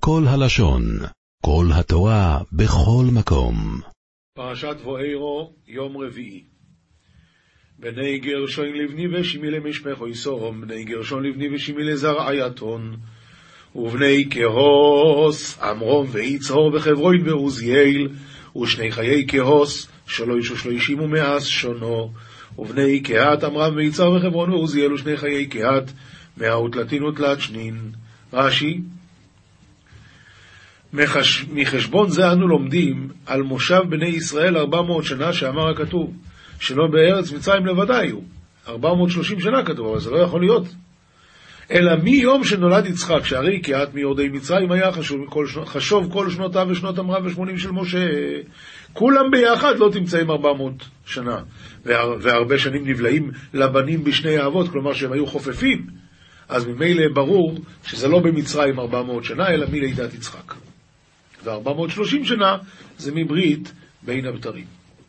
כל הלשון, כל התורה, בכל מקום. פרשת ואירו, יום רביעי. בני גרשון לבני ושימי למשפחו יסורום, בני גרשון לבני ושימי לזרעייתון, ובני כהוס, עמרום ויצהור וחברון ועוזיאל, ושני חיי כהוס, 330 ומאז שונו, ובני קהת, עמרם ויצהר וחברון ועוזיאל, ושני חיי קהת, 130 ותלת שנין. רש"י, מחשבון זה אנו לומדים על מושב בני ישראל 400 שנה, שאמר הכתוב, שלא בארץ מצרים לבדה היו. 430 שנה כתוב, אבל זה לא יכול להיות. אלא מיום שנולד יצחק, שהרי קהת מיורדי מצרים היה חשוב כל שנותיו ושנות עמרם ו80 של משה. כולם ביחד לא תמצאים 400 שנה. והרבה שנים נבלעים לבנים בשני האבות, כלומר שהם היו חופפים. אז ממילא ברור שזה לא במצרים 400 שנה, אלא מלידת יצחק. ו430 שנה זה מברית בין הבתרים.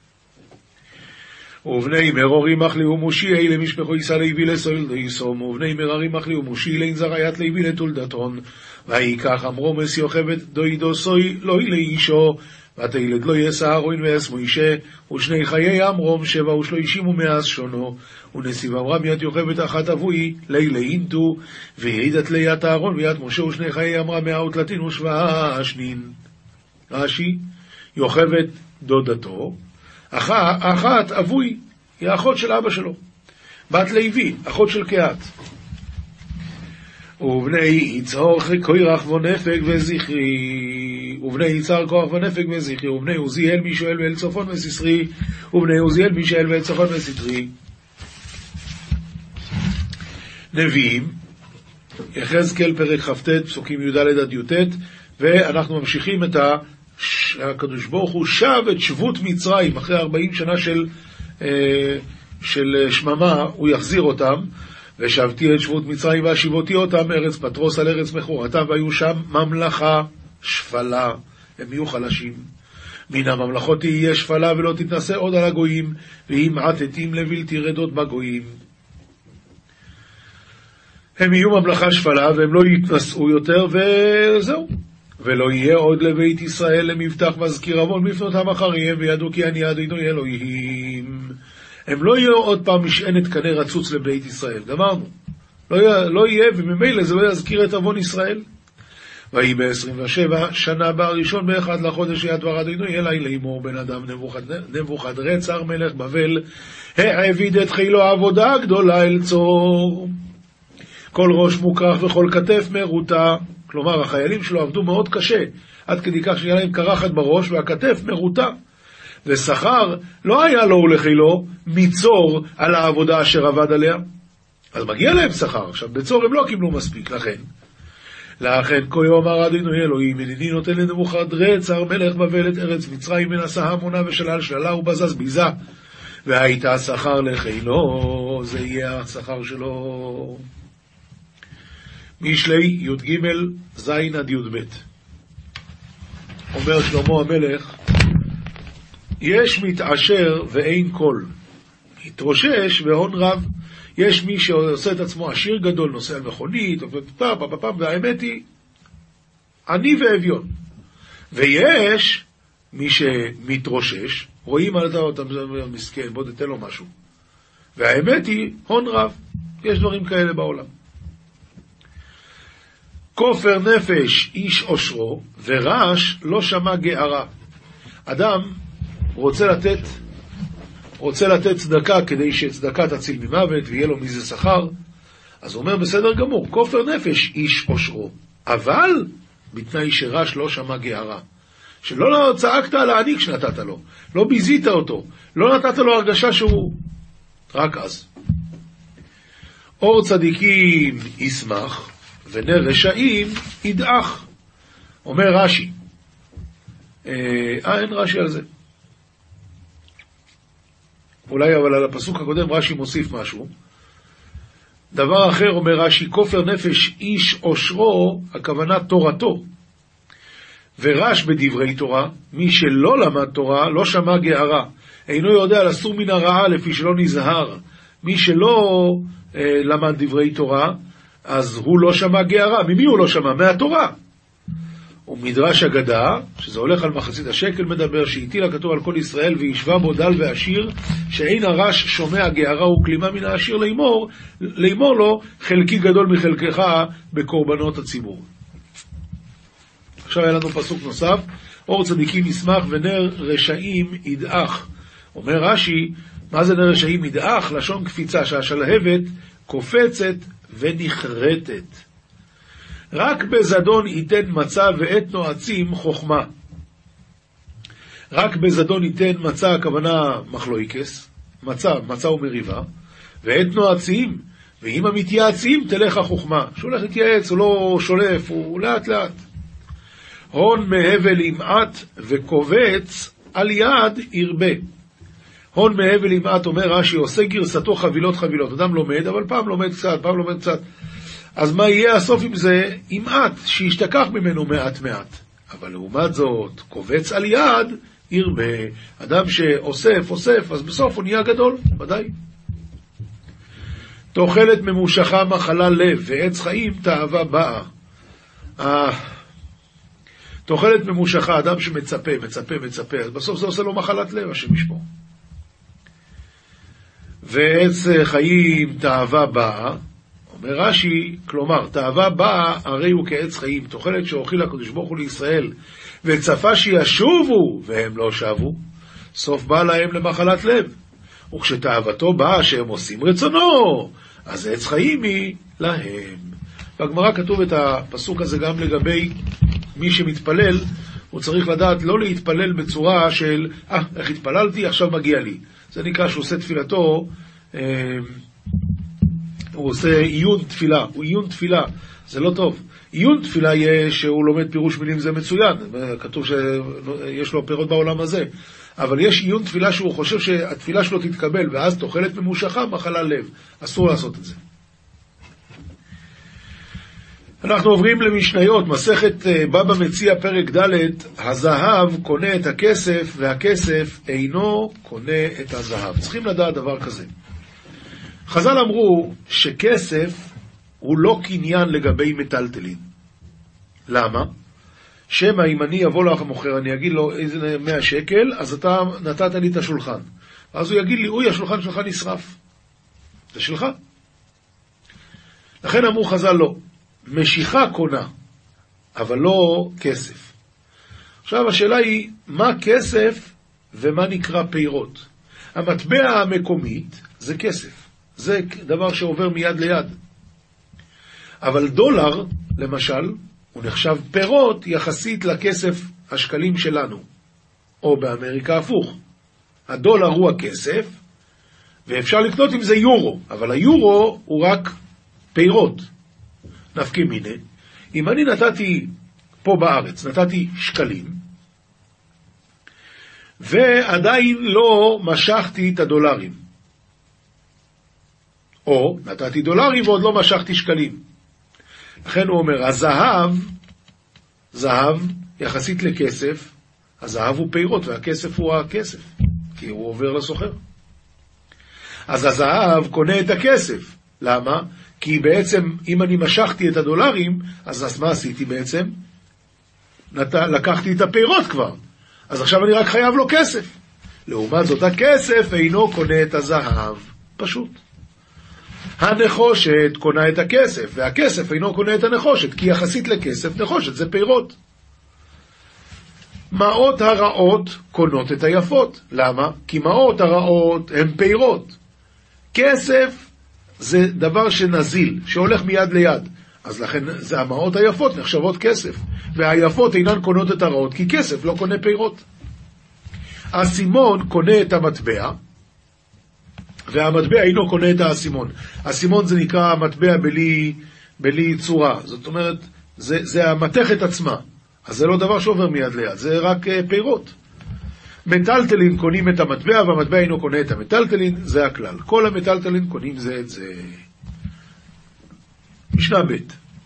ובני מרורים אחלי ומושי אלה משפחו יסע לוי לסויל דייסום, ובני מררים אחלי ומושי לין זרעיית לוי לתולדתון, ויקח עמרומס יוכבת דוידו סוי לא לאישו, ותילד לא יסע אהרון ואסמו אישה, ושני חיי עמרום 37 ומאז שונו, ונסיב עמרם ית יוכבת אחת אבוי לילה אינטו, ויעידת ליית אהרון ויית משה, ושני חיי עמרם 137 שנין. רש"י, יוכבת דודתו, אחת אבוי, היא האחות של אבא שלו, בת לוי, אחות של קהת. ובני יצהר כוח ונפק וזכרי, ובני יצהר כוח ונפק וזכרי, ובני עוזיאל מישאל ואל צפון וסיסרי, ובני עוזיאל מישאל ואל צפון וסיסרי. נביאים, יחזקאל פרק כ"ט, פסוקים י"ד עד י"ט, ואנחנו ממשיכים את הקדוש ברוך הוא שב את שבות מצרים אחרי 40 שנה של שממה, הוא יחזיר אותם. ושבתי את שבות מצרים והשיבותי אותם ארץ פטרוס על ארץ מכורתם, והיו שם ממלכה שפלה, הם יהיו חלשים. מן הממלכות תהיה שפלה ולא תתנסה עוד על הגויים, ואם עתתים לבלתי רדות בגויים. הם יהיו ממלכה שפלה והם לא יתנסו יותר, וזהו. ולא יהיה עוד לבית ישראל למבטח מזכיר עוון מפנותם אחריהם, וידעו כי אני אדוני אלוהים. הם לא יהיו עוד פעם משענת קנה רצוץ לבית ישראל, גמרנו. לא יהיה, וממילא זה לא יזכיר את עוון ישראל. ויהי ב27 שנה בראשון באחד לחודש יהיה דבר אדוני אלי לאמור בן אדם נבוכדרצר מלך בבל, העביד את חילו עבודה גדולה אל צור. כל ראש מוקרח וכל כתף מרוטה. כלומר, החיילים שלו עבדו מאוד קשה, עד כדי כך שיהיה להם קרחת בראש והכתף מרוטה. ושכר לא היה לו ולחילו מצור על העבודה אשר עבד עליה. אז מגיע להם שכר. עכשיו, בצור הם לא קיבלו מספיק, לכן כה יאמר אדוני אלוהים, הנני נותן לנבוכדרצר מלך בבל את ארץ מצרים, ונשא המונה ושלל שללה ובזז ביזה, והייתה שכר לחילו, זה יהיה השכר שלו. משלי י"ג זין עד י"ב. אומר שלמה המלך, יש מתעשר ואין קול, מתרושש והון רב. יש מי שעושה את עצמו עשיר גדול, נוסע על מכונית, והאמת היא עני ואביון. ויש מי שמתרושש, רואים על אתה מסכן, בוא תתן לו משהו, והאמת היא הון רב. יש דברים כאלה בעולם. כופר נפש איש עושרו, ורש לא שמע גערה. אדם רוצה לתת צדקה כדי שצדקה תציל ממוות ויהיה לו מזה שכר, אז הוא אומר בסדר גמור, כופר נפש איש עושרו, אבל בתנאי שרש לא שמע גערה, שלא צעקת על העני כשנתת לו, לא ביזית אותו, לא נתת לו הרגשה שהוא רק אז. אור צדיקים ישמח ונר רשעים ידעך. אומר רש"י, אין רש"י על זה, אולי, אבל על הפסוק הקודם רש"י מוסיף משהו. דבר אחר אומר רש"י, כופר נפש איש עושרו, הכוונה תורתו. ורש בדברי תורה, מי שלא למד תורה, לא שמע גערה. אינו יודע לסור מן הרעה לפי שלא נזהר. מי שלא למד דברי תורה, אז הוא לא שמע גערה. ממי הוא לא שמע? מהתורה. ומדרש אגדה, שזה הולך על מחצית השקל, מדבר שהטיל הכתוב על כל ישראל וישבה בו דל ועשיר, שאין הרש שומע גערה וכלימה מן העשיר לאמור לו חלקי גדול מחלקך בקורבנות הציבור. עכשיו היה לנו פסוק נוסף, אור צדיקים ישמח ונר רשעים ידעך. אומר רש"י, מה זה נר רשעים ידעך? לשון קפיצה, שהשלהבת קופצת ונחרטת. רק בזדון ייתן מצה ועת נועצים חוכמה. רק בזדון ייתן מצה, הכוונה מחלויקס, מצה ומריבה, ועת נועצים, ואם המתייעצים תלך החוכמה. שהוא הולך להתייעץ, הוא לא שולף, הוא לאט לאט. הון מהבל ימעט וקובץ על יד ירבה. הון מהבל ימעט, אומר רש"י, עושה גרסתו חבילות חבילות. אדם לומד, אבל פעם לומד קצת, פעם לומד קצת. אז מה יהיה הסוף עם זה? ימעט, שישתכח ממנו מעט מעט. אבל לעומת זאת, קובץ על יד ירבה. אדם שאוסף, אז בסוף הוא נהיה גדול, ודאי. תאכלת ממושכה מחלה לב, ועץ חיים תאווה באה. תאכלת ממושכה, אדם שמצפה, אז בסוף זה עושה לו מחלת לב, השם ישמור. ועץ חיים תאווה באה, אומר רש"י, כלומר, תאווה באה הרי הוא כעץ חיים, תאכלת שהאכיל הקדוש ברוך הוא לישראל, וצפה שישובו, והם לא שבו, סוף בא להם למחלת לב. וכשתאוותו באה שהם עושים רצונו, אז עץ חיים היא להם. בגמרא כתוב את הפסוק הזה גם לגבי מי שמתפלל, הוא צריך לדעת לא להתפלל בצורה של, איך התפללתי, עכשיו מגיע לי. זה נקרא שהוא עושה תפילתו, הוא עושה עיון תפילה, זה לא טוב. עיון תפילה יהיה שהוא לומד פירוש מילים, זה מצוין, כתוב שיש לו פירות בעולם הזה. אבל יש עיון תפילה שהוא חושב שהתפילה שלו תתקבל, ואז תאכלת ממושכה מחלה לב. אסור לעשות את זה. אנחנו עוברים למשניות, מסכת בבא מציע פרק ד', הזהב קונה את הכסף, והכסף אינו קונה את הזהב. צריכים לדעת דבר כזה. חז"ל אמרו שכסף הוא לא קניין לגבי מטלטלין. למה? שמא אם אני אבוא לך מוכר, אני אגיד לו איזה 100 שקל, אז אתה נתת לי את השולחן. אז הוא יגיד לי, אוי, השולחן שלך נשרף. זה שלך. לכן אמרו חז"ל לא. משיכה קונה, אבל לא כסף. עכשיו השאלה היא, מה כסף ומה נקרא פירות? המטבע המקומית זה כסף. זה דבר שעובר מיד ליד. אבל דולר, למשל, הוא נחשב פירות יחסית לכסף השקלים שלנו. או באמריקה הפוך. הדולר הוא הכסף, ואפשר לקנות עם זה יורו, אבל היורו הוא רק פירות. נפקי מיני. אם אני נתתי פה בארץ, נתתי שקלים, ועדיין לא משכתי את הדולרים. או נתתי דולרים ועוד לא משכתי שקלים. לכן הוא אומר, זהב יחסית לכסף, הזהב הוא פירות והכסף הוא הכסף, כי הוא עובר לסוחר. אז הזהב קונה את הכסף. למה? כי בעצם אם אני משכתי את הדולרים, אז מה עשיתי בעצם? לקחתי את הפירות כבר. אז עכשיו אני רק חייב לו כסף. לעומת זאת, הכסף אינו קונה את הזהב. פשוט. הנחושת קונה את הכסף, והכסף אינו קונה את הנחושת, כי יחסית לכסף, נחושת זה פירות. מעות הרעות קונות את היפות. למה? כי מעות הרעות הן פירות. כסף זה דבר שנזיל, שהולך מיד ליד. אז לכן זה המעות היפות נחשבות כסף. והיפות אינן קונות את הרעות, כי כסף לא קונה פירות. הסימון קונה את המטבע, והמטבע אינו קונה את האסימון. הסימון זה נקרא המטבע בלי צורה. זאת אומרת, זה המתכת עצמה. אז זה לא דבר שעובר מיד ליד, זה רק פירות. מטלטלין קונים את המטבע, והמטבע אינו קונה את המטלטלין, זה הכלל. כל המטלטלין קונים זה את זה. משנה ב'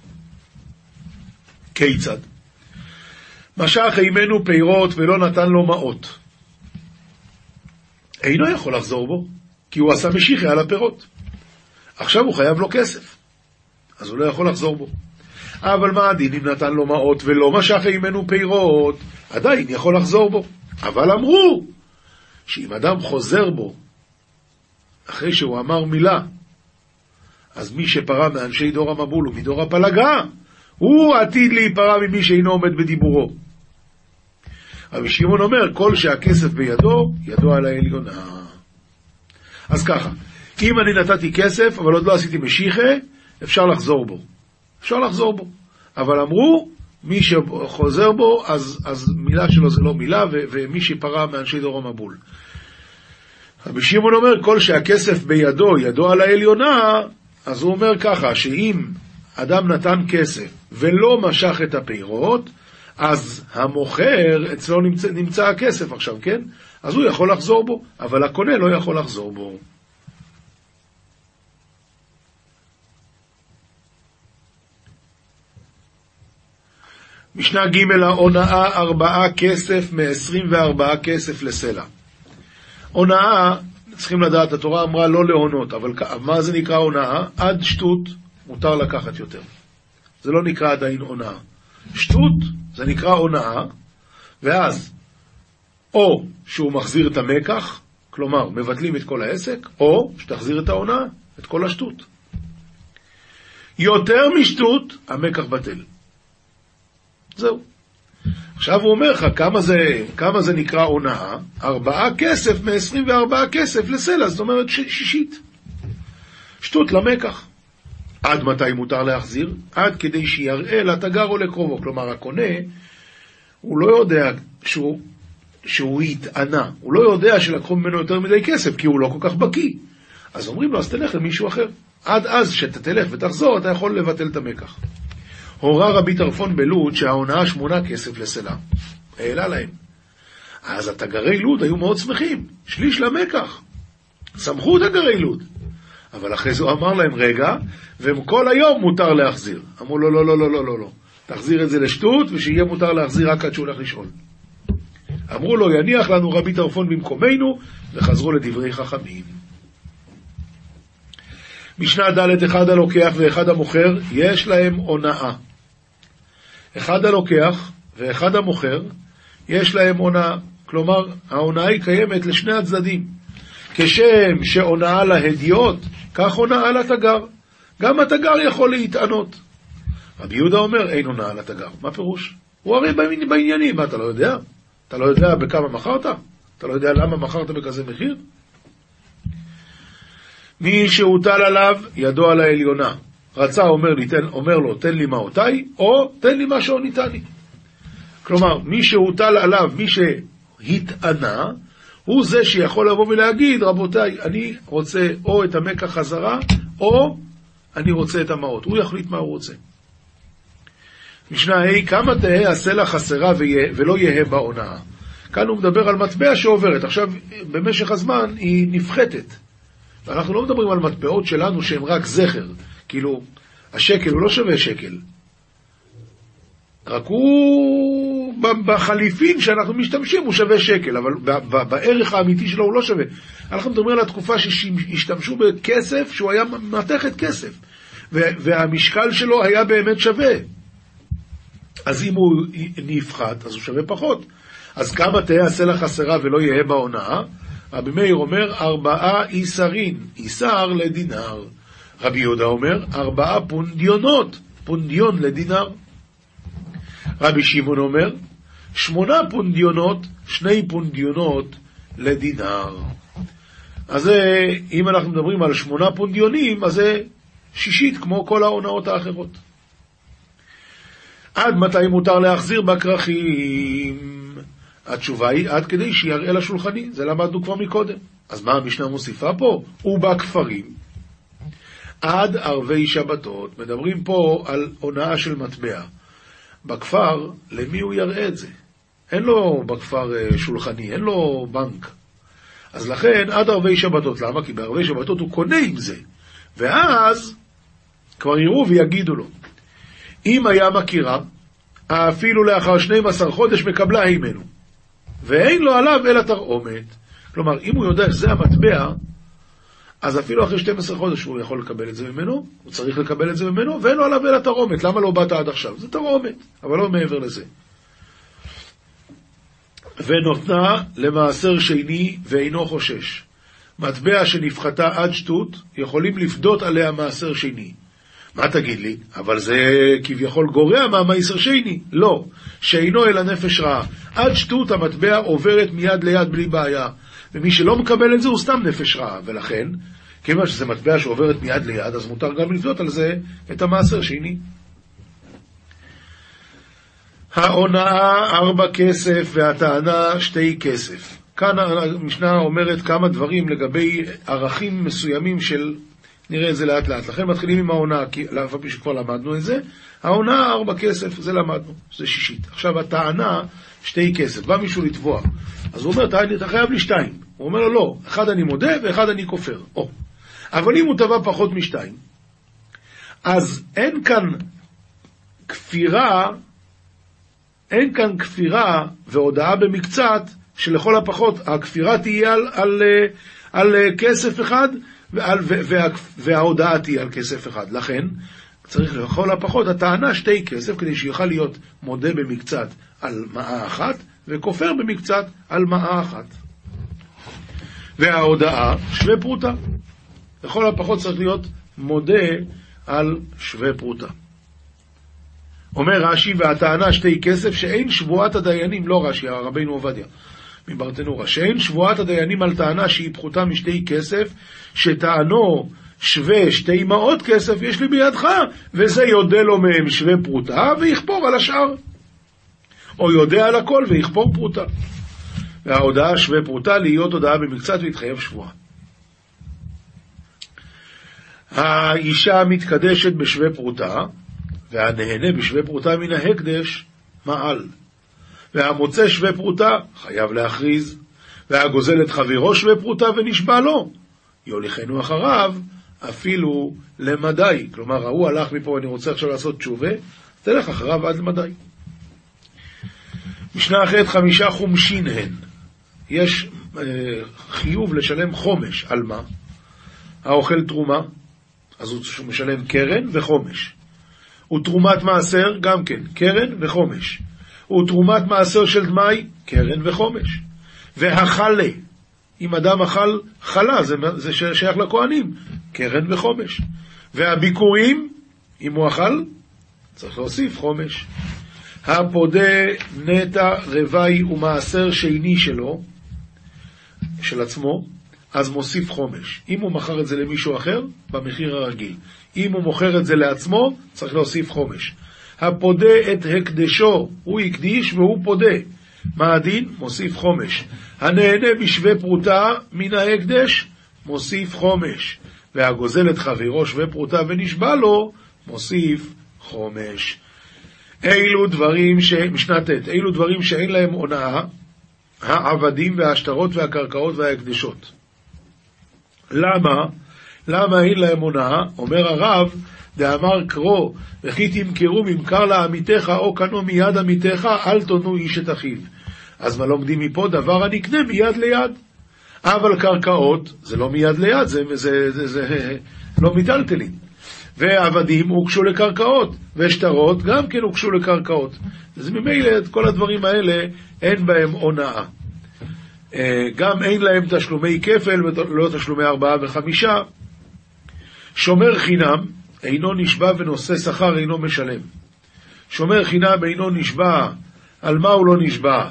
כיצד? משך אימנו פירות ולא נתן לו מעות. אינו יכול לחזור בו, כי הוא עשה משיכה על הפירות. עכשיו הוא חייב לו כסף, אז הוא לא יכול לחזור בו. אבל מה הדין אם נתן לו מעות ולא משך ממנו פירות? עדיין יכול לחזור בו. אבל אמרו שאם אדם חוזר בו אחרי שהוא אמר מילה, אז מי שפרה מאנשי דור המבול ומדור הפלגה, הוא עתיד להיפרע ממי שאינו עומד בדיבורו. רבי שמעון אומר, כל שהכסף בידו, ידו על העליונה. אז ככה, אם אני נתתי כסף, אבל עוד לא עשיתי משיחה, אפשר לחזור בו. אפשר לחזור בו. אבל אמרו, מי שחוזר בו, אז מילה שלו זה לא מילה, ומי שפרה מאנשי דור המבול. רבי שמעון אומר, כל שהכסף בידו, ידו על העליונה, אז הוא אומר ככה, שאם אדם נתן כסף ולא משך את הפירות, אז המוכר, אצלו נמצא הכסף עכשיו, כן? אז הוא יכול לחזור בו, אבל הקונה לא יכול לחזור בו. משנה ג' ההונאה 4 כסף מ-24 כסף לסלע. הונאה, צריכים לדעת, התורה אמרה לא להונות, אבל מה זה נקרא הונאה? עד שטות מותר לקחת יותר. זה לא נקרא עדיין הונאה. שטות זה נקרא הונאה, ואז או שהוא מחזיר את המקח, כלומר מבטלים את כל העסק, או שתחזיר את ההונאה, את כל השטות. יותר משטות, המקח בטל. זהו. עכשיו הוא אומר לך, כמה זה נקרא הונאה? 4 כסף מ-24 כסף לסלע, זאת אומרת שישית. שטות למקח. עד מתי מותר להחזיר? עד כדי שיראה לתגר או לקרובו. כלומר, הקונה, הוא לא יודע שהוא התענה. הוא לא יודע שלקחו ממנו יותר מדי כסף, כי הוא לא כל כך בקיא. אז אומרים לו, אז תלך למישהו אחר. עד אז שאתה תלך ותחזור, אתה יכול לבטל את המקח. הורה רבי טרפון בלוד שההונאה 8 כסף לסלע. העלה להם. אז התגרי לוד היו מאוד שמחים. שליש למקח. שמחו את התגרי לוד. אבל אחרי זה הוא אמר להם, רגע, וכל היום מותר להחזיר. אמרו לו, לא, לא, לא, לא, לא, לא. תחזיר את זה לשטות, ושיהיה מותר להחזיר רק עד שהוא הולך לשאול. אמרו לו, יניח לנו רבי טרפון במקומנו, וחזרו לדברי חכמים. משנה ד' אחד הלוקח ואחד המוכר, יש להם הונאה. אחד הלוקח ואחד המוכר, יש להם הונאה. כלומר, ההונאה היא קיימת לשני הצדדים. כשם שהונאה להדיוט, כך הונאה לתגר. גם התגר יכול להתענות. רבי יהודה אומר, אין הונאה לתגר. מה פירוש? הוא הרי בעניינים. מה, אתה לא יודע? אתה לא יודע בכמה מכרת? אתה לא יודע למה מכרת בכזה מחיר? מי שהוטל עליו, ידו על העליונה. רצה, אומר לו, תן לי מעותיי, או תן לי מה שעוניתני. כלומר, מי שהוטל עליו, מי שהתענה, הוא זה שיכול לבוא ולהגיד, רבותיי, אני רוצה או את המקח חזרה, או אני רוצה את המעות. הוא יחליט מה הוא רוצה. משנה ה' כמה תהא הסלע חסרה ולא יהא בהונאה. כאן הוא מדבר על מטבע שעוברת. עכשיו, במשך הזמן היא נפחתת. ואנחנו לא מדברים על מטבעות שלנו שהן רק זכר. כאילו, השקל הוא לא שווה שקל. רק הוא, בחליפין שאנחנו משתמשים הוא שווה שקל, אבל בערך האמיתי שלו הוא לא שווה. אנחנו מדברים על התקופה שהשתמשו בכסף שהוא היה מתכת כסף. והמשקל שלו היה באמת שווה. אז אם הוא נפחת, אז הוא שווה פחות. אז כמה תהיה הסלע חסרה ולא יהיה בהונאה? רבי מאיר אומר 4 איסרין, איסר לדינר. רבי יהודה אומר 4 פונדיונות, פונדיון לדינר. רבי שמעון אומר 8 פונדיונות, 2 פונדיונות לדינר. אז אם אנחנו מדברים על 8 פונדיונים, אז זה שישית כמו כל ההונאות האחרות. עד מתי מותר להחזיר בכרכים? התשובה היא עד כדי שיראה לשולחני, זה למדנו כבר מקודם. אז מה המשנה מוסיפה פה? ובכפרים עד ערבי שבתות. מדברים פה על הונאה של מטבע. בכפר, למי הוא יראה את זה? אין לו בכפר שולחני, אין לו בנק. אז לכן עד ערבי שבתות. למה? כי בערבי שבתות הוא קונה עם זה. ואז כבר יראו ויגידו לו. אם היה מכירה, אפילו לאחר 12 חודש מקבלה הימנו. ואין לו עליו אלא תרעומת. כלומר, אם הוא יודע שזה המטבע, אז אפילו אחרי 12 חודש הוא יכול לקבל את זה ממנו, הוא צריך לקבל את זה ממנו, ואין לו עליו אלא תרומת. למה לא באת עד עכשיו? זה תרומת, אבל לא מעבר לזה. ונותנה למעשר שני ואינו חושש. מטבע שנפחתה עד שטות, יכולים לפדות עליה מעשר שני. מה תגיד לי? אבל זה כביכול גורע מהמעשר שני. לא, שאינו אלא נפש רעה. עד שטות המטבע עוברת מיד ליד בלי בעיה. ומי שלא מקבל את זה הוא סתם נפש רעה. ולכן, כיוון שזה מטבע שעוברת מיד ליד, אז מותר גם לפדות על זה את המעשר שני. ההונאה 4 כסף והטענה 2 כסף. כאן המשנה אומרת כמה דברים לגבי ערכים מסוימים של, נראה את זה לאט לאט. לכן מתחילים עם ההונאה, כי לפעמים שכבר למדנו את זה. ההונאה 4 כסף, זה למדנו, זה 6. עכשיו הטענה 2 כסף. בא מישהו לתבוע, אז הוא אומר, אתה חייב לי 2. הוא אומר לו, לא, 1 אני מודה ו1 אני כופר. אבל אם הוא תבע פחות מ2, אז אין כאן כפירה והודעה במקצת, שלכל הפחות הכפירה תהיה על כסף אחד, וההודעה תהיה על כסף אחד. לכן צריך לכל הפחות הטענה 2 כסף, כדי שיוכל להיות מודה במקצת על מעה 1, וכופר במקצת על מעה 1. וההודעה שווה פרוטה. לכל הפחות צריך להיות מודה על שווה פרוטה. אומר רש"י, והטענה 2 כסף, שאין שבועת הדיינים, לא רש"י, רבינו עובדיה מברטנורה, שאין שבועת הדיינים על טענה שהיא פחותה מ2 כסף, שטענו שווה 2 מעות כסף, יש לי בידך, וזה יודע לו מהם שווה פרוטה, ויכפור על השאר. או יודע על הכל ויכפור פרוטה. וההודעה שווה פרוטה להיות הודעה במקצת והתחייב שבועה. האישה מתקדשת בשווה פרוטה, והנהנה בשווה פרוטה מן ההקדש מעל. והמוצא שווה פרוטה חייב להכריז, והגוזל את חברו שווה פרוטה ונשבע לו, יוליכנו אחריו אפילו למדי. כלומר, הוא הלך מפה, אני רוצה עכשיו לעשות תשובה, תלך אחריו עד למדי. משנה אחרת 5 חומשין הן. יש חיוב לשלם חומש. על מה? האוכל תרומה, אז הוא משלם קרן וחומש. ותרומת מעשר גם כן, קרן וחומש. ותרומת מעשר של דמי, קרן וחומש. והחלה, אם אדם אכל חלה, זה שייך לכהנים, קרן וחומש. והביקורים, אם הוא אכל, צריך להוסיף חומש. הפודה נטע רווי ומעשר שני שלו, של עצמו, אז מוסיף חומש. אם הוא מכר את זה למישהו אחר, במחיר הרגיל. אם הוא מוכר את זה לעצמו, צריך להוסיף חומש. הפודה את הקדשו, הוא הקדיש והוא פודה. מה הדין? מוסיף חומש. הנהנה בשווה פרוטה מן ההקדש, מוסיף חומש. והגוזל את חברו שווה פרוטה ונשבע לו, מוסיף חומש. אילו דברים שאין להם הונאה, העבדים והשטרות והקרקעות וההקדשות. למה אין להם הונאה? אומר הרב, דאמר קרו, וכי תמכרו ממכר לעמיתך או קנו מיד עמיתך, אל תונו איש את אחיו. אז מה לומדים מפה? דבר הנקנה מיד ליד. אבל קרקעות, זה לא מיד ליד, זה לא מיטלטלין. ועבדים הוקשו לקרקעות, ושטרות גם כן הוקשו לקרקעות. אז ממילא את כל הדברים האלה אין בהם הונאה. גם אין להם תשלומי כפל ולא תשלומי 4 ו5. שומר חינם אינו נשבע ונושא שכר אינו משלם. שומר חינם אינו נשבע, על מה הוא לא נשבע?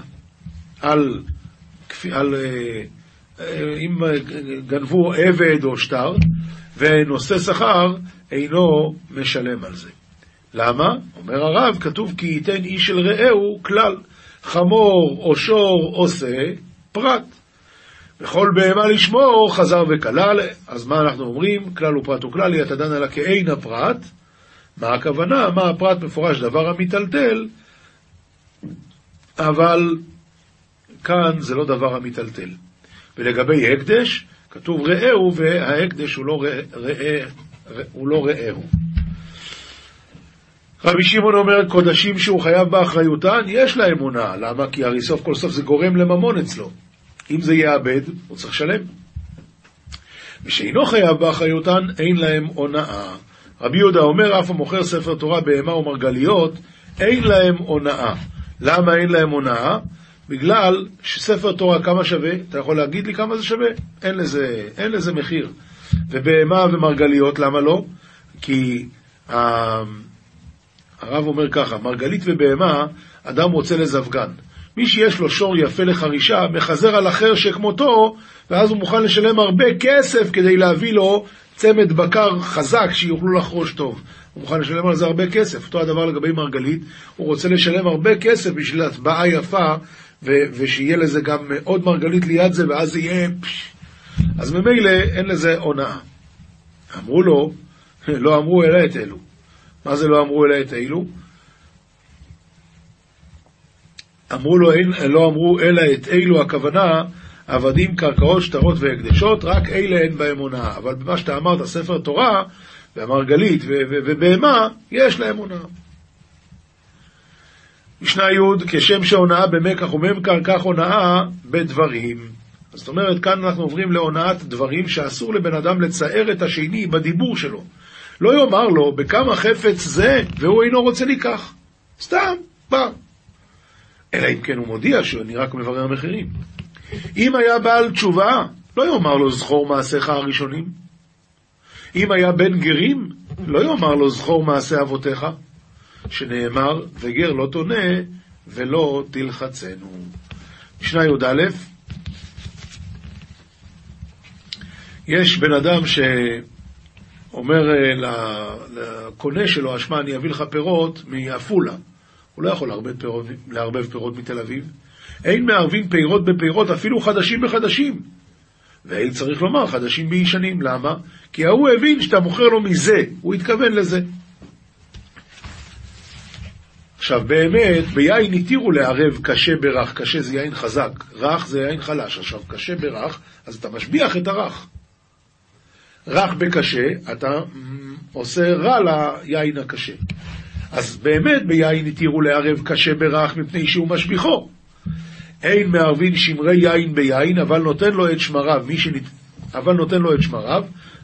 אם גנבו עבד או שטר, ונושא שכר אינו משלם על זה. למה? אומר הרב, כתוב כי ייתן איש אל רעהו כלל, חמור או שור עושה פרט. בכל בהמה לשמור חזר וכלל. אז מה אנחנו אומרים? כלל ופרט וכלל, יתדן עלה כאין הפרט. מה הכוונה? מה הפרט? מפורש דבר המטלטל, אבל כאן זה לא דבר המטלטל. ולגבי הקדש, כתוב רעהו, וההקדש הוא לא רעהו. רבי שמעון אומר, קודשים שהוא חייב באחריותן, יש לה אמונה. למה? כי הרי סוף כל סוף זה גורם לממון אצלו. אם זה יאבד, הוא צריך לשלם. ושאינו חייב באחריותן, אין להם הונאה. רבי יהודה אומר, אף המוכר ספר תורה, בהמה ומרגליות, אין להם הונאה. למה אין להם הונאה? בגלל שספר תורה כמה שווה? אתה יכול להגיד לי כמה זה שווה? אין לזה מחיר. ובהמה ומרגליות, למה לא? כי הרב אומר ככה, מרגלית ובהמה, אדם רוצה לזווגן. מי שיש לו שור יפה לחרישה, מחזר על אחר שכמותו, ואז הוא מוכן לשלם הרבה כסף כדי להביא לו צמד בקר חזק שיוכלו לחרוש טוב. הוא מוכן לשלם על זה הרבה כסף. אותו הדבר לגבי מרגלית, הוא רוצה לשלם הרבה כסף בשביל הטבעה יפה, ושיהיה לזה גם עוד מרגלית ליד זה, ואז זה יהיה... אז ממילא אין לזה הונאה. אמרו לו, לא אמרו אלא את אלו. מה זה לא אמרו אלא את אלו? לא אמרו אלא את אלו, הכוונה, עבדים, קרקעות, שטרות והקדשות, רק אלה אין בהם הונאה. אבל במה שאתה אמרת, ספר תורה, והמרגלית ובהמה, יש להם הונאה. משנה י' כשם שהונאה במקח וממכר, כך הונאה בדברים. זאת אומרת, כאן אנחנו עוברים להונאת דברים שאסור לבן אדם לצער את השני בדיבור שלו. לא יאמר לו, בכמה חפץ זה, והוא אינו רוצה לקח. סתם, בא. אלא אם כן הוא מודיע שאני רק מברר מחירים. אם היה בעל תשובה, לא יאמר לו זכור מעשיך הראשונים. אם היה בן גרים, לא יאמר לו זכור מעשי אבותיך. שנאמר, וגר לא תונה ולא תלחצנו. משנה י"א, יש בן אדם שאומר לקונה שלו, אשמה, אני אביא לך פירות מאפולה. הוא לא יכול לערבב פירות מתל אביב. אין מערבים פירות בפירות, אפילו חדשים בחדשים. ואין צריך לומר חדשים בישנים. למה? כי הוא הבין שאתה מוכר לו מזה, הוא התכוון לזה. עכשיו באמת, ביין התירו לערב קשה ברך, קשה זה יין חזק, רך זה יין חלש. עכשיו קשה ברך, אז אתה משביח את הרך. רך בקשה, אתה עושה רע ליין הקשה. אז באמת ביין התירו לערב קשה ברך מפני שהוא משביחו. אין מערבין שמרי יין ביין, אבל נותן לו את שמריו. אבל נותן לו את שמריו.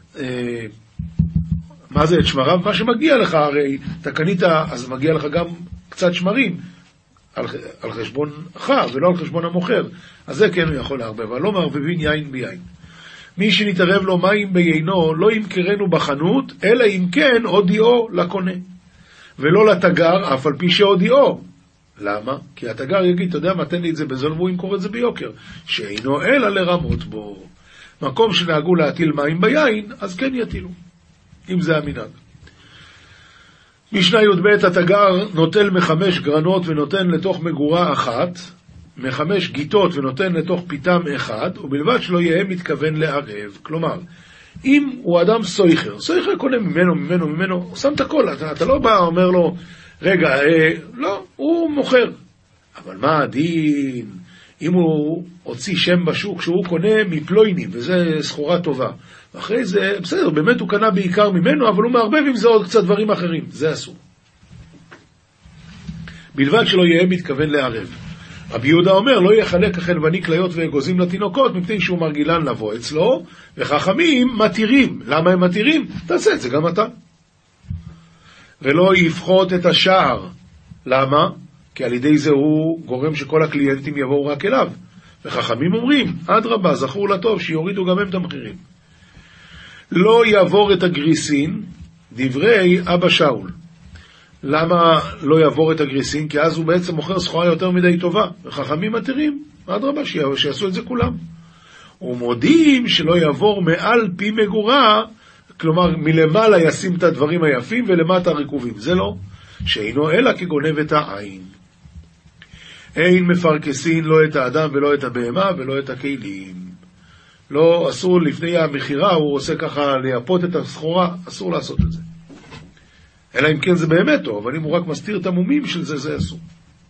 מה זה את שמריו? מה שמגיע לך, הרי אתה קנית, אז מגיע לך גם קצת שמרים על חשבונך ולא על חשבון המוכר. אז זה כן הוא יכול לערבב, אבל לא מערבבין יין ביין. מי שנתערב לו מים ביינו לא ימכרנו בחנות, אלא אם כן הודיעו לקונה. ולא לתגר, אף על פי שהודיעו. למה? כי התגר יגיד, אתה יודע מה, תן לי את זה בזול, והוא ימכור את זה ביוקר. שאינו אלא לרמות בו. מקום שנהגו להטיל מים ביין, אז כן יטילו. אם זה המנהג. משנה י"ב, התגר נוטל 5 גרנות ונותן לתוך מגורה אחת, 5 גיטות ונותן לתוך פיתם אחד, ובלבד שלא יהיה מתכוון לערב. כלומר, אם הוא אדם סויחר קונה ממנו, הוא שם את הכל, אתה לא בא, אומר לו, רגע, לא, הוא מוכר. אבל מה הדין? אם הוא הוציא שם בשוק שהוא קונה מפלוינים, וזה סחורה טובה, ואחרי זה, בסדר, באמת הוא קנה בעיקר ממנו, אבל הוא מערבב עם זה עוד קצת דברים אחרים, זה אסור. בלבד שלא יהיה מתכוון לערב. רבי יהודה אומר, לא יחלק החלבני כליות ואגוזים לתינוקות, מפני שהוא מרגילן לבוא אצלו, וחכמים מתירים. למה הם מתירים? תעשה את זה גם אתה. ולא יפחות את השער. למה? כי על ידי זה הוא גורם שכל הקליינטים יבואו רק אליו. וחכמים אומרים, אדרבה, זכור לטוב, שיורידו גם הם את המחירים. לא יעבור את הגריסין, דברי אבא שאול. למה לא יעבור את הגריסין? כי אז הוא בעצם מוכר סחורה יותר מדי טובה. וחכמים מתירים, אדרבה, שיעשו את זה כולם. ומודיעים שלא יעבור מעל פי מגורה, כלומר מלמעלה ישים את הדברים היפים ולמטה הרקובים. זה לא. שאינו אלא כגונב את העין. אין מפרקסין לא את האדם ולא את הבהמה ולא את הכלים. לא, אסור לפני המחירה, הוא עושה ככה לייפות את הסחורה, אסור לעשות את זה. אלא אם כן זה באמת טוב, אבל אם הוא רק מסתיר את המומים של זה, זה אסור.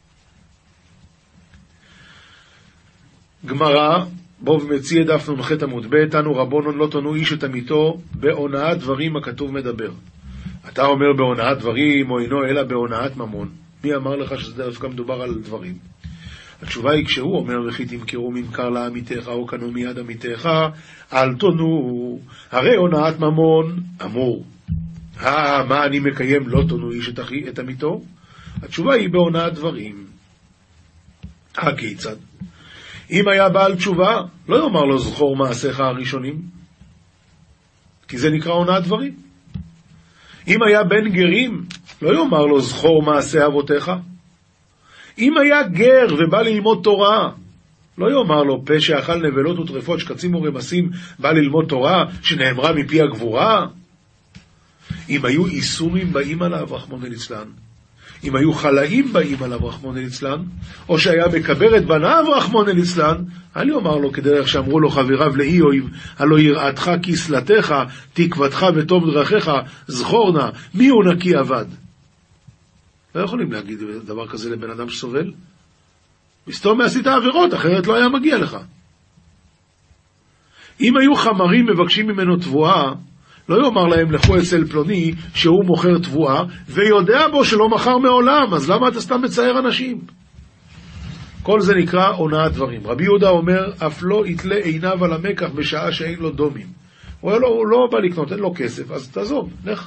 גמרא, בו ומציע דף נ"ח עמוד ב', תנו רבונון לא תונו איש את עמיתו בהונאת דברים הכתוב מדבר. אתה אומר בהונאת דברים או אינו אלא בהונאת ממון. מי אמר לך שזה דווקא מדובר על דברים? התשובה היא כשהוא אומר וכי תמכרו ממכר לעמיתך או קנו מיד עמיתך, אל תונו, הרי הונאת ממון אמור. מה אני מקיים לא תונו איש את עמיתו? התשובה היא בהונאת דברים. הכיצד? אם היה בעל תשובה, לא יאמר לו זכור מעשיך הראשונים, כי זה נקרא הונאת דברים. אם היה בן גרים, לא יאמר לו זכור מעשי אבותיך. אם היה גר ובא ללמוד תורה, לא יאמר לו פה שאכל נבלות וטרפות שקצים ורמסים בא ללמוד תורה שנאמרה מפי הגבורה. אם היו איסורים באים עליו רחמנא ליצלן, אם היו חלאים באים עליו רחמנא ליצלן, או שהיה מקבר את בניו רחמנא ליצלן, אל יאמר לו כדרך שאמרו לו חבריו לאיוב, הלא יראתך כסלתך, תקוותך ותום דרכיך, זכור נא, מי הוא נקי עבד? לא יכולים להגיד דבר כזה לבן אדם שסובל. מסתום מעשית עבירות, אחרת לא היה מגיע לך. אם היו חמרים מבקשים ממנו תבואה, לא יאמר להם לכו אצל פלוני שהוא מוכר תבואה, ויודע בו שלא מכר מעולם, אז למה אתה סתם מצייר אנשים? כל זה נקרא הונאת דברים. רבי יהודה אומר, אף לא יתלה עיניו על המקח בשעה שאין לו דומים. הוא לא בא לקנות, אין לו כסף, אז תעזוב, לך.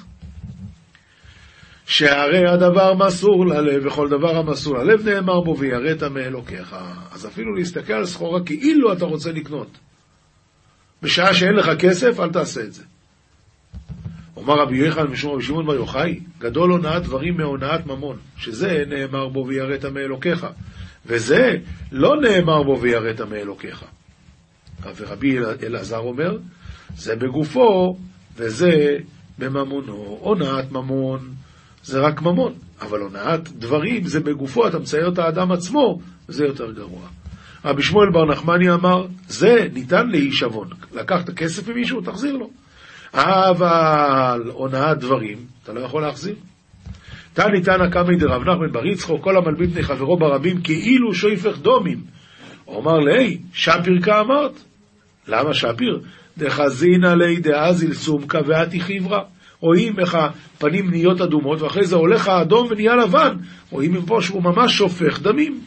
שהרי הדבר מסור ללב, וכל דבר המסור ללב נאמר בו, ויראת מאלוקיך. אז אפילו להסתכל על סחורה כאילו אתה רוצה לקנות. בשעה שאין לך כסף, אל תעשה את זה. אומר רבי יוחנן משום רבי שמעון בר יוחאי, גדול הונאת דברים מהונאת ממון, שזה נאמר בו ויראת מאלוקיך, וזה לא נאמר בו ויראת מאלוקיך. ורבי אלעזר אומר, זה בגופו וזה בממונו. הונאת ממון זה רק ממון, אבל הונאת דברים זה בגופו, אתה מצייר את האדם עצמו, זה יותר גרוע. רבי שמואל בר נחמני אמר, זה ניתן להישבון, לקחת כסף ממישהו, תחזיר לו. אבל הונאת דברים, אתה לא יכול להחזיר. תני תנא קמי דרב נחמן בר יצחק, כל המלבין פני חברו ברבים, כאילו שויפך דומים. אומר לי, שפיר כאמרת. למה שפיר? דחזינא לי דאזיל סומקה ואתי חיברה. רואים איך הפנים נהיות אדומות, ואחרי זה הולך האדום ונהיה לבן. רואים מפה שהוא ממש שופך דמים.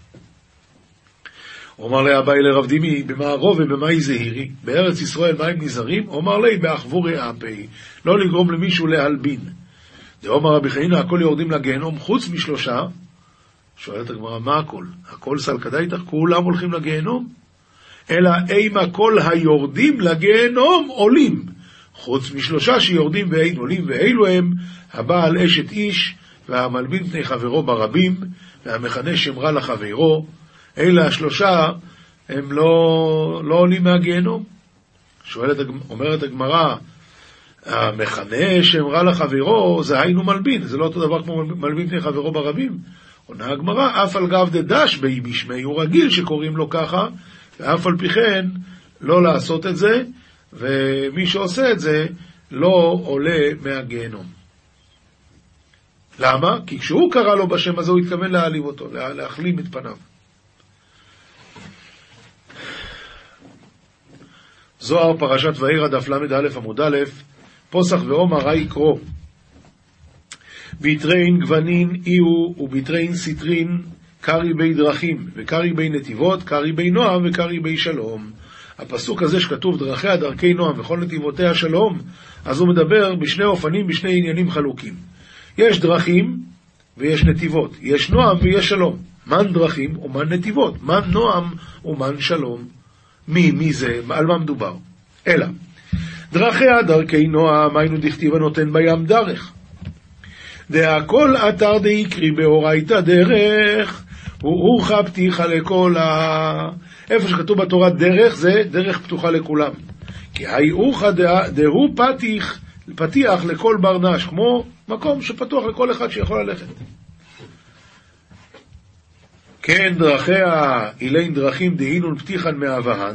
אומר לי אביי לרב דימי, במערוב ובמאי זהירי, בארץ ישראל מים נזהרים, אומר לי באחבורי אפי, לא לגרום למישהו להלבין. דאמר רבי חנינא, הכל יורדים לגיהנום חוץ משלושה. שואלת הגמרא, מה הכל? הכל סלקא דייתך, כולם הולכים לגיהנום? אלא אימה כל היורדים לגיהנום עולים, חוץ משלושה שיורדים ואין עולים, ואילו הם הבעל אשת איש, והמלבין פני חברו ברבים, והמכנה שם רע לחברו. אלה השלושה הם לא עולים מהגיהנום. אומרת הגמרא, המכנה שם רע לחברו זה היינו מלבין, זה לא אותו דבר כמו מלבין פני חברו ברבים. עונה הגמרא, אף על גב דדש בי בשמי, הוא רגיל שקוראים לו ככה, ואף על פי כן לא לעשות את זה, ומי שעושה את זה לא עולה מהגיהנום. למה? כי כשהוא קרא לו בשם הזה הוא התכוון להעליב אותו, להחלים את פניו. זוהר פרשת וארא דף ל"א עמוד א', פוסח ועומר ראי קרוא, ביטרין גוונין איהו וביטרין סיטרין, קרי בי דרכים וקרי בי נתיבות, קרי בי נועם וקרי בי שלום. הפסוק הזה שכתוב דרכיה דרכי נועם וכל נתיבותיה שלום, אז הוא מדבר בשני אופנים, בשני עניינים חלוקים. יש דרכים ויש נתיבות, יש נועם ויש שלום. מן דרכים ומן נתיבות, מן נועם ומן שלום. מי זה? על מה מדובר? אלא דרכיה דרכי נועם, היינו דכתיב הנותן בים דרך, דהכל אתר דיקרי באורייתא דרך, ואורחה פתיחה לכל איפה שכתוב בתורה דרך, זה דרך פתוחה לכולם. כי היי אורחה דהו פתיח לכל ברנש, כמו מקום שפתוח לכל אחד שיכול ללכת. כן דרכיה אילין דרכים דהינון פתיחן מאבהן,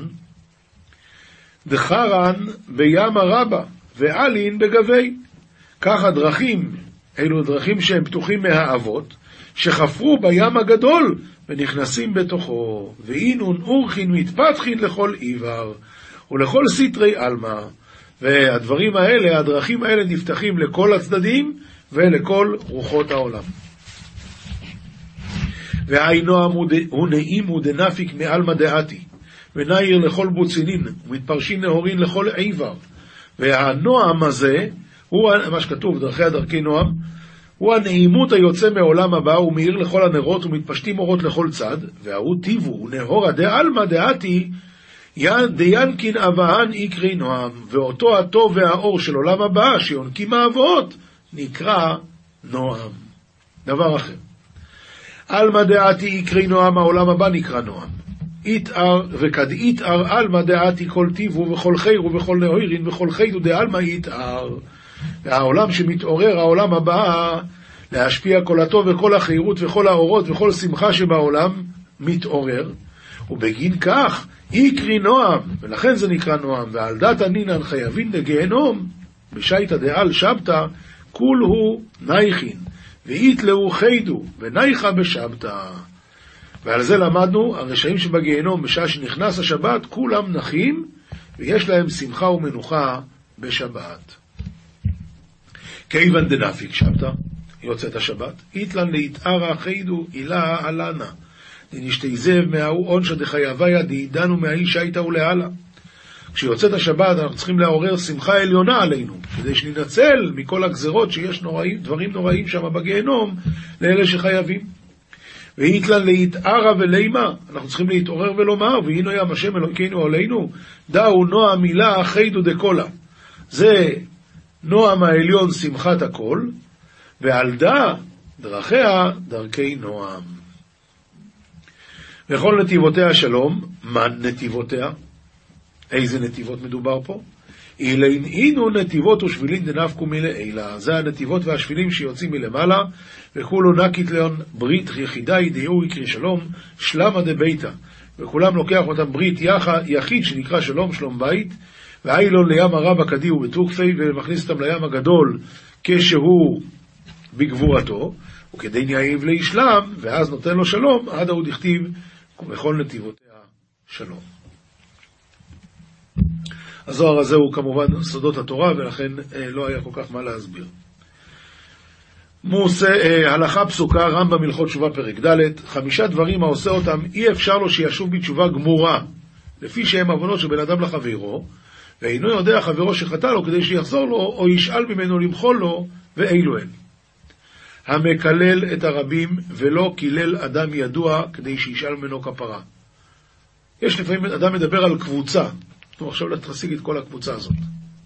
דחרן בים הרבה ואלין בגבי. ככה דרכים, אלו דרכים שהם פתוחים מהאבות, שחפרו בים הגדול ונכנסים בתוכו, ואינון אורחין מתפתחין לכל עיוור ולכל סתרי אלמה. והדברים האלה, הדרכים האלה נפתחים לכל הצדדים ולכל רוחות העולם. והי נועם הוא נעים ודנפיק מעלמא דעתי, ונעיר לכל בוצינין, ומתפרשין נהורין לכל עיבר. והנועם הזה, הוא מה שכתוב, דרכי נועם, הוא הנעימות היוצא מעולם הבא, הוא מאיר לכל הנרות, ומתפשטים אורות לכל צד, והוא טיבו, הוא נהורה דעלמא דעתי, דיינקין אבהן יקרי נועם, ואותו הטוב והאור של עולם הבא, שיונקים האבות, נקרא נועם. דבר אחר. אלמא דעתי יקרי נועם, העולם הבא נקרא נועם. יתאר, וכד יתאר אלמא דעתי כל טיבו, וכל חירו, וכל נהוירין, וכל חידו דעלמא יתאר. והעולם שמתעורר, העולם הבא, להשפיע כל הטוב וכל החירות וכל האורות וכל שמחה שבעולם, מתעורר. ובגין כך, יקרי נועם, ולכן זה נקרא נועם. ועל דת הנינן חייבים לגיהנום, בשייטה דעל שבתא, כול הוא נייכין, ויתלאו חידו, ונייכה בשבתא. ועל זה למדנו, הרשעים שבגיהנום, בשעה שנכנס השבת, כולם נחים, ויש להם שמחה ומנוחה בשבת. כיוון דנפיק שבתא, יוצאת השבת, יתלן להתארה חידו, אילה עלנה. דנשתיזב מההוא עונשא דחייביה דעידנו מהאי שייטה ולעלה. כשיוצאת השבת אנחנו צריכים לעורר שמחה עליונה עלינו, כדי שננצל מכל הגזרות שיש דברים נוראים שם בגיהנום, לאלה שחייבים. והיתלן להתארה ולימה, אנחנו צריכים להתעורר ולומר, והינו ים השם אלוקינו עלינו, דאו נועם מילה חידו דקולה. זה נועם העליון שמחת הכל, ועל דה דרכיה דרכי נועם. וכל נתיבותיה שלום, מה נתיבותיה? איזה נתיבות מדובר פה? אילו נתיבות ושבילין דנפקו מלעילה. זה הנתיבות והשבילים שיוצאים מלמעלה, וכולו נקית לאון ברית יחידה ידיעו יקרי שלום, שלמה דביתה. וכולם לוקח אותם ברית יחיד שנקרא שלום, שלום בית, והאילון לים הרבה קדי ובתוקפי, ומכניס אותם לים הגדול כשהוא בגבורתו, וכדי ניאיב לישלם, ואז נותן לו שלום, עד הוא דכתיב, וכל נתיבותיה שלום. הזוהר הזה הוא כמובן סודות התורה, ולכן לא היה כל כך מה להסביר. הלכה פסוקה, רמב"ם הלכות תשובה פרק ד', 5 דברים העושה אותם, אי אפשר לו שישוב בתשובה גמורה, לפי שהם עוונות של בן אדם לחברו, ואינו יודע חברו שחטא לו כדי שיחזור לו, או ישאל ממנו למחול לו, ואילו אין. המקלל את הרבים, ולא קילל אדם ידוע כדי שישאל ממנו כפרה. יש לפעמים אדם מדבר על קבוצה, אנחנו עכשיו תשיג את כל הקבוצה הזאת.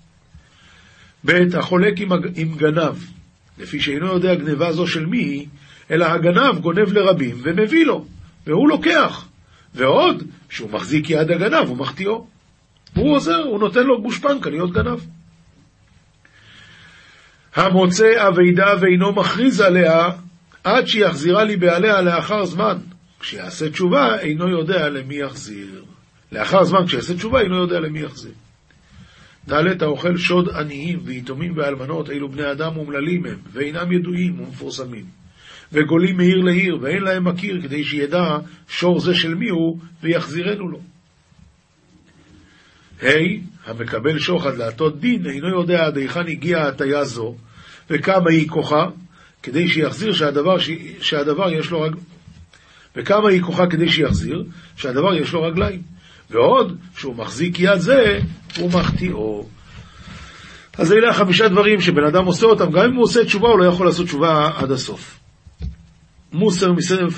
ב' החולק עם גנב, לפי שאינו יודע גנבה זו של מי, אלא הגנב גונב לרבים ומביא לו, והוא לוקח, ועוד שהוא מחזיק יד הגנב הוא מחטיאו. הוא עוזר, הוא נותן לו גושפנקה להיות גנב. המוצא אבידה ואינו מכריז עליה, עד שיחזירה לי בעליה לאחר זמן. כשיעשה תשובה, אינו יודע למי יחזיר. לאחר זמן, כשיעשה תשובה, אינו יודע למי יחזיר. ד' האוכל שוד עניים ויתומים ואלמנות, אילו בני אדם אומללים הם, ואינם ידועים ומפורסמים. וגולים מעיר לעיר, ואין להם מכיר, כדי שידע שור זה של מי הוא, ויחזירנו לו. המקבל שוחד להטות דין, אינו יודע עד היכן הגיעה הטיה זו, וכמה היא כוחה, כדי שיחזיר שהדבר יש לו וכמה היא כוחה כדי שיחזיר, שהדבר יש לו רגליים. ועוד, שהוא מחזיק יד זה, הוא מחטיאו. אז אלה 5 דברים שבן אדם עושה אותם, גם אם הוא עושה תשובה, הוא לא יכול לעשות תשובה עד הסוף. מוסר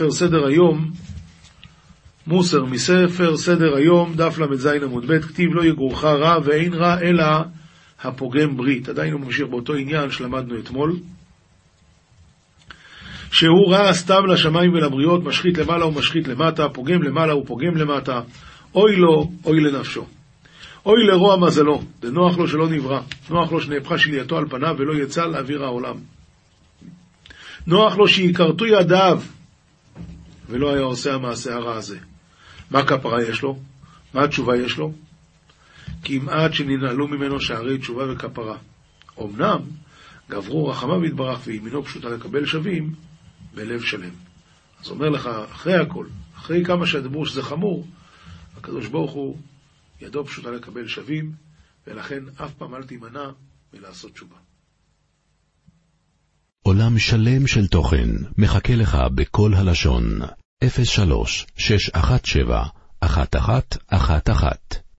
מספר סדר היום, דף למ"ז עמוד ב', כתיב לא יגורך רע, ואין רע אלא הפוגם ברית. עדיין הוא ממשיך באותו עניין שלמדנו אתמול, שהוא רע סתם לשמיים ולבריות, משחית למעלה ומשחית למטה, פוגם למעלה ופוגם למטה, אוי לו, אוי לנפשו. אוי לרוע מזלו, דנוח לו שלא נברא, נוח לו שנהפכה שלייתו על פניו ולא יצא לאוויר העולם. נוח לו שיקרתו ידיו, ולא היה עושה המעשה הרע הזה. מה כפרה יש לו? מה התשובה יש לו? כמעט שננעלו ממנו שערי תשובה וכפרה. אמנם גברו רחמיו יתברך וימינו פשוטה לקבל שווים בלב שלם. אז אומר לך, אחרי הכל, אחרי כמה שדברו שזה חמור, הקדוש ברוך הוא ידו פשוטה לקבל שווים, ולכן אף פעם אל תימנע מלעשות תשובה. עולם שלם של תוכן מחכה לך בכל הלשון. 03-617-1111